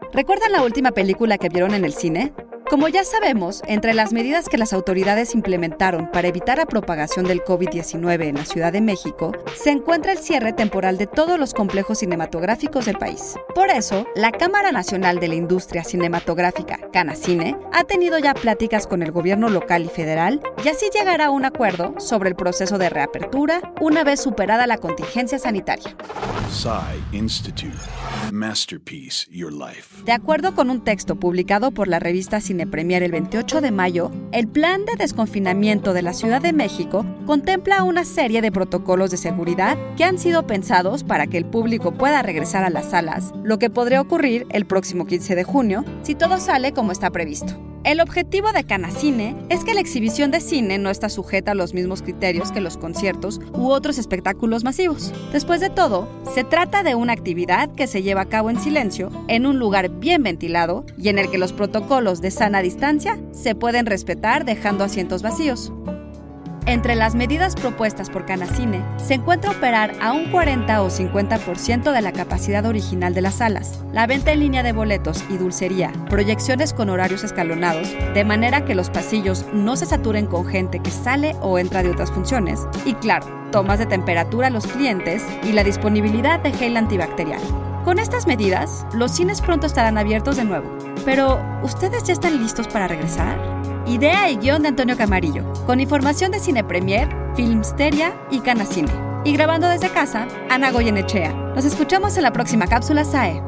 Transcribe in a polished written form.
¿Recuerdan la última película que vieron en el cine? Como ya sabemos, entre las medidas que las autoridades implementaron para evitar la propagación del COVID-19 en la Ciudad de México, se encuentra el cierre temporal de todos los complejos cinematográficos del país. Por eso, la Cámara Nacional de la Industria Cinematográfica, Canacine, ha tenido ya pláticas con el gobierno local y federal y así llegará a un acuerdo sobre el proceso de reapertura una vez superada la contingencia sanitaria. Psy Institute. Masterpiece Your Life. De acuerdo con un texto publicado por la revista Cine Premier el 28 de mayo, el plan de desconfinamiento de la Ciudad de México contempla una serie de protocolos de seguridad que han sido pensados para que el público pueda regresar a las salas, lo que podría ocurrir el próximo 15 de junio si todo sale como está previsto. El objetivo de Canacine es que la exhibición de cine no está sujeta a los mismos criterios que los conciertos u otros espectáculos masivos. Después de todo, se trata de una actividad que se lleva a cabo en silencio, en un lugar bien ventilado y en el que los protocolos de sana distancia se pueden respetar dejando asientos vacíos. Entre las medidas propuestas por Canacine se encuentra operar a un 40 o 50% de la capacidad original de las salas, la venta en línea de boletos y dulcería, proyecciones con horarios escalonados, de manera que los pasillos no se saturen con gente que sale o entra de otras funciones, y claro, tomas de temperatura a los clientes y la disponibilidad de gel antibacterial. Con estas medidas, los cines pronto estarán abiertos de nuevo. Pero, ¿ustedes ya están listos para regresar? Idea y guión de Antonio Camarillo, con información de Cine Premier, Filmsteria y Canacine. Y grabando desde casa, Ana Goyenechea. Nos escuchamos en la próxima cápsula SAE.